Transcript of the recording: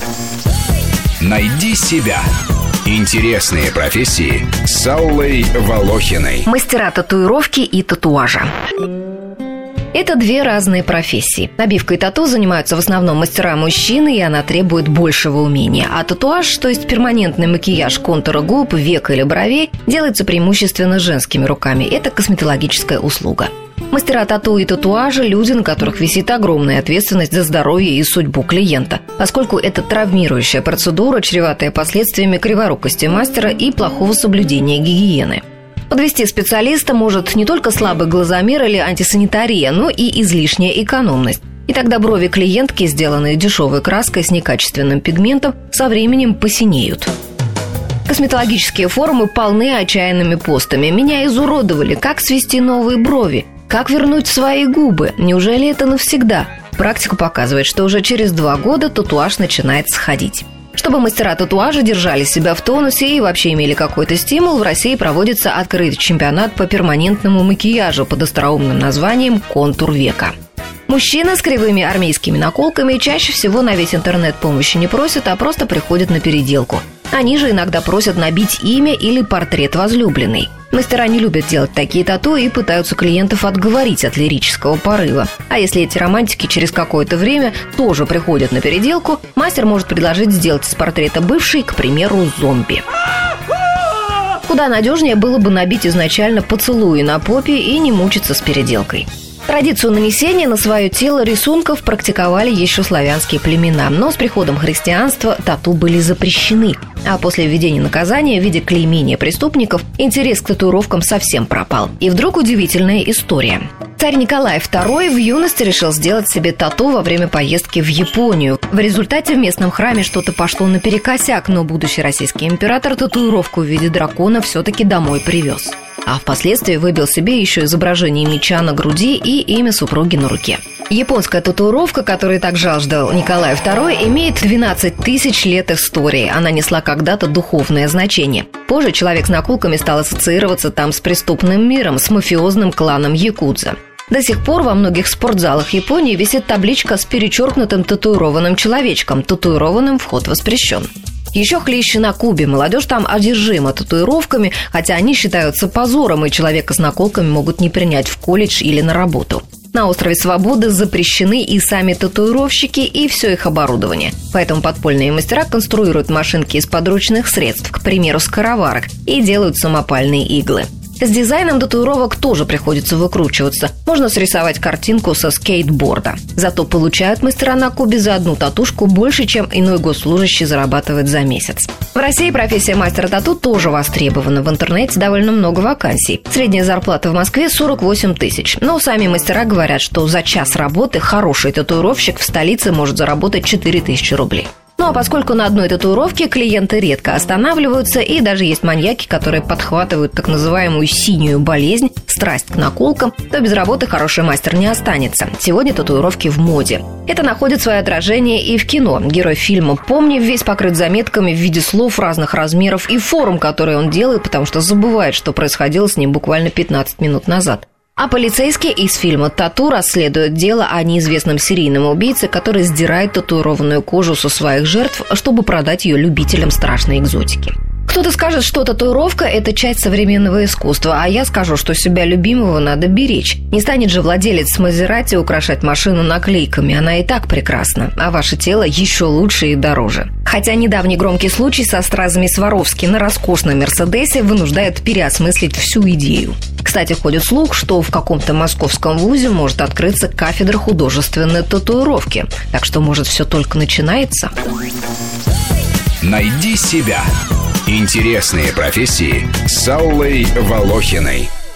Найди себя. Интересные профессии с Аллой Волохиной. Мастера татуировки и татуажа. Это две разные профессии. Набивкой тату занимаются в основном мастера-мужчины, и она требует большего умения. А татуаж, то есть перманентный макияж контура губ, век или бровей, делается преимущественно женскими руками. Это косметологическая услуга. Мастера тату и татуажа – люди, на которых висит огромная ответственность за здоровье и судьбу клиента, поскольку это травмирующая процедура, чреватая последствиями криворукости мастера и плохого соблюдения гигиены. Подвести специалиста может не только слабый глазомер или антисанитария, но и излишняя экономность. И тогда брови клиентки, сделанные дешевой краской с некачественным пигментом, со временем посинеют. Косметологические форумы полны отчаянными постами. Меня изуродовали. Как свести новые брови? Как вернуть свои губы? Неужели это навсегда? Практика показывает, что уже через 2 года татуаж начинает сходить. Чтобы мастера татуажа держали себя в тонусе и вообще имели какой-то стимул, в России проводится открытый чемпионат по перманентному макияжу под остроумным названием «Контур века». Мужчины с кривыми армейскими наколками чаще всего на весь интернет помощи не просят, а просто приходят на переделку. Они же иногда просят набить имя или портрет возлюбленной. Мастера не любят делать такие тату и пытаются клиентов отговорить от лирического порыва. А если эти романтики через какое-то время тоже приходят на переделку, мастер может предложить сделать из портрета бывшей, к примеру, зомби. Куда надежнее было бы набить изначально поцелуи на попе и не мучиться с переделкой. Традицию нанесения на свое тело рисунков практиковали еще славянские племена, но с приходом христианства тату были запрещены. А после введения наказания в виде клеймения преступников интерес к татуировкам совсем пропал. И вдруг удивительная история. Царь Николай II в юности решил сделать себе тату во время поездки в Японию. В результате в местном храме что-то пошло наперекосяк, но будущий российский император татуировку в виде дракона все-таки домой привез. А впоследствии выбил себе еще изображение меча на груди и имя супруги на руке. Японская татуировка, которую так жаждал Николай II, имеет 12 тысяч лет истории. Она несла когда-то духовное значение. Позже человек с наколками стал ассоциироваться там с преступным миром, с мафиозным кланом якудза. До сих пор во многих спортзалах Японии висит табличка с перечеркнутым татуированным человечком. Татуированным вход воспрещен. Еще хлеще на Кубе. Молодежь там одержима татуировками, хотя они считаются позором, и человека с наколками могут не принять в колледж или на работу. На острове Свободы запрещены и сами татуировщики, и все их оборудование. Поэтому подпольные мастера конструируют машинки из подручных средств, к примеру, скороварок, и делают самопальные иглы. С дизайном татуировок тоже приходится выкручиваться. Можно срисовать картинку со скейтборда. Зато получают мастера на Кубе за одну татушку больше, чем иной госслужащий зарабатывает за месяц. В России профессия мастера тату тоже востребована. В интернете довольно много вакансий. Средняя зарплата в Москве 48 тысяч. Но сами мастера говорят, что за час работы хороший татуировщик в столице может заработать 4000 рублей. Ну а поскольку на одной татуировке клиенты редко останавливаются, и даже есть маньяки, которые подхватывают так называемую синюю болезнь, страсть к наколкам, то без работы хороший мастер не останется. Сегодня татуировки в моде. Это находит свое отражение и в кино. Герой фильма «Помни» весь покрыт заметками в виде слов разных размеров и форм, которые он делает, потому что забывает, что происходило с ним буквально 15 минут назад. А полицейский из фильма «Тату» расследует дело о неизвестном серийном убийце, который сдирает татуированную кожу со своих жертв, чтобы продать ее любителям страшной экзотики. Кто-то скажет, что татуировка – это часть современного искусства, а я скажу, что себя любимого надо беречь. Не станет же владелец Мазерати украшать машину наклейками, она и так прекрасна, а ваше тело еще лучше и дороже. Хотя недавний громкий случай со стразами Сваровски на роскошном Мерседесе вынуждает переосмыслить всю идею. Кстати, ходит слух, что в каком-то московском вузе может открыться кафедра художественной татуировки. Так что, может, все только начинается? Найди себя. Интересные профессии с Аллой Волохиной.